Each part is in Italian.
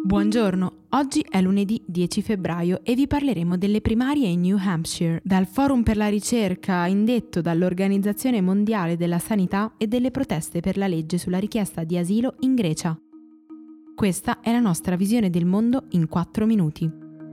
Buongiorno, oggi è lunedì 10 febbraio e vi parleremo delle primarie in New Hampshire, dal Forum per la ricerca indetto dall'Organizzazione Mondiale della Sanità e delle proteste per la legge sulla richiesta di asilo in Grecia. Questa è la nostra visione del mondo in 4 minuti.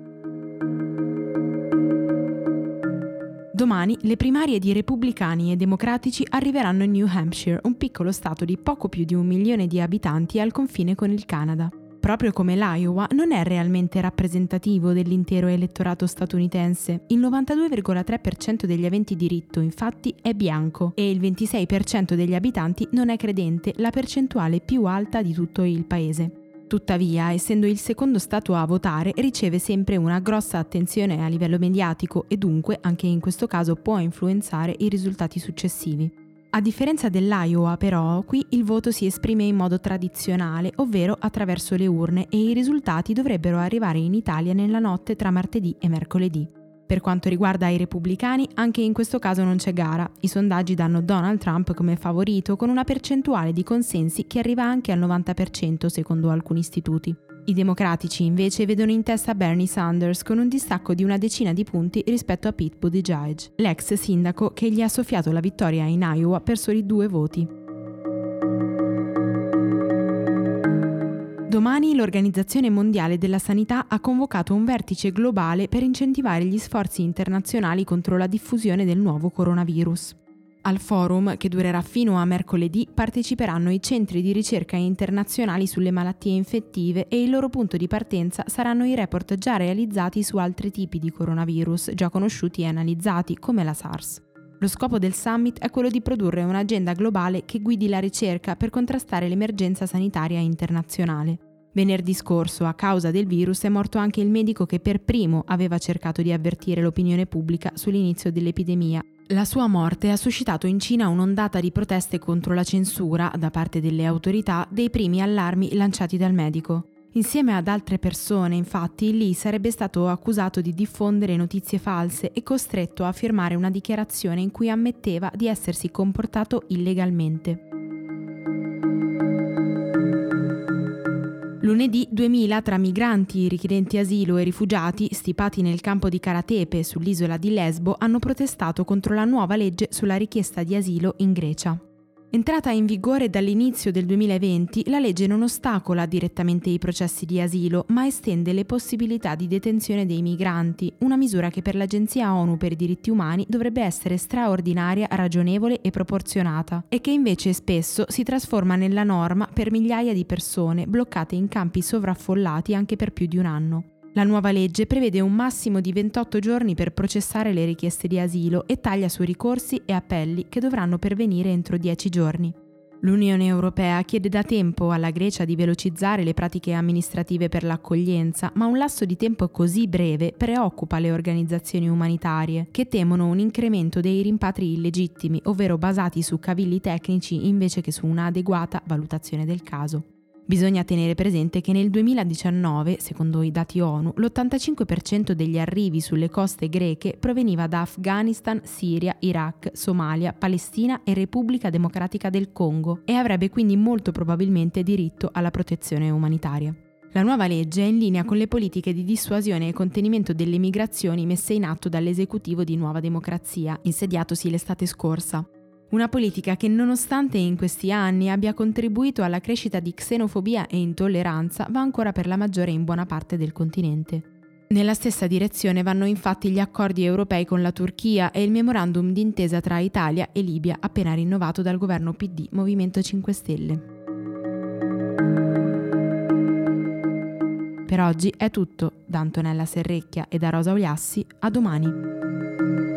Domani le primarie di repubblicani e democratici arriveranno in New Hampshire, un piccolo stato di poco più di 1 milione di abitanti al confine con il Canada. Proprio come l'Iowa, non è realmente rappresentativo dell'intero elettorato statunitense. Il 92,3% degli aventi diritto, infatti, è bianco e il 26% degli abitanti non è credente, la percentuale più alta di tutto il paese. Tuttavia, essendo il secondo stato a votare, riceve sempre una grossa attenzione a livello mediatico e dunque, anche in questo caso, può influenzare i risultati successivi. A differenza dell'Iowa, però, qui il voto si esprime in modo tradizionale, ovvero attraverso le urne, e i risultati dovrebbero arrivare in Italia nella notte tra martedì e mercoledì. Per quanto riguarda i repubblicani, anche in questo caso non c'è gara. I sondaggi danno Donald Trump come favorito, con una percentuale di consensi che arriva anche al 90% secondo alcuni istituti. I democratici invece vedono in testa Bernie Sanders con un distacco di una decina di punti rispetto a Pete Buttigieg, l'ex sindaco che gli ha soffiato la vittoria in Iowa per soli 2 voti. Domani l'Organizzazione Mondiale della Sanità ha convocato un vertice globale per incentivare gli sforzi internazionali contro la diffusione del nuovo coronavirus. Al forum, che durerà fino a mercoledì, parteciperanno i centri di ricerca internazionali sulle malattie infettive e il loro punto di partenza saranno i report già realizzati su altri tipi di coronavirus già conosciuti e analizzati, come la SARS. Lo scopo del summit è quello di produrre un'agenda globale che guidi la ricerca per contrastare l'emergenza sanitaria internazionale. Venerdì scorso, a causa del virus, è morto anche il medico che per primo aveva cercato di avvertire l'opinione pubblica sull'inizio dell'epidemia. La sua morte ha suscitato in Cina un'ondata di proteste contro la censura, da parte delle autorità, dei primi allarmi lanciati dal medico. Insieme ad altre persone, infatti, Li sarebbe stato accusato di diffondere notizie false e costretto a firmare una dichiarazione in cui ammetteva di essersi comportato illegalmente. Lunedì 2000 tra migranti, richiedenti asilo e rifugiati stipati nel campo di Karatepe sull'isola di Lesbo hanno protestato contro la nuova legge sulla richiesta di asilo in Grecia. Entrata in vigore dall'inizio del 2020, la legge non ostacola direttamente i processi di asilo, ma estende le possibilità di detenzione dei migranti, una misura che per l'Agenzia ONU per i diritti umani dovrebbe essere straordinaria, ragionevole e proporzionata, e che invece spesso si trasforma nella norma per migliaia di persone bloccate in campi sovraffollati anche per più di 1 anno. La nuova legge prevede un massimo di 28 giorni per processare le richieste di asilo e taglia su ricorsi e appelli che dovranno pervenire entro 10 giorni. L'Unione Europea chiede da tempo alla Grecia di velocizzare le pratiche amministrative per l'accoglienza, ma un lasso di tempo così breve preoccupa le organizzazioni umanitarie, che temono un incremento dei rimpatri illegittimi, ovvero basati su cavilli tecnici invece che su un'adeguata valutazione del caso. Bisogna tenere presente che nel 2019, secondo i dati ONU, l'85% degli arrivi sulle coste greche proveniva da Afghanistan, Siria, Iraq, Somalia, Palestina e Repubblica Democratica del Congo e avrebbe quindi molto probabilmente diritto alla protezione umanitaria. La nuova legge è in linea con le politiche di dissuasione e contenimento delle migrazioni messe in atto dall'esecutivo di Nuova Democrazia, insediatosi l'estate scorsa. Una politica che, nonostante in questi anni abbia contribuito alla crescita di xenofobia e intolleranza, va ancora per la maggiore in buona parte del continente. Nella stessa direzione vanno infatti gli accordi europei con la Turchia e il memorandum d'intesa tra Italia e Libia appena rinnovato dal governo PD Movimento 5 Stelle. Per oggi è tutto. Da Antonella Serrecchia e da Rosa Oliassi, a domani.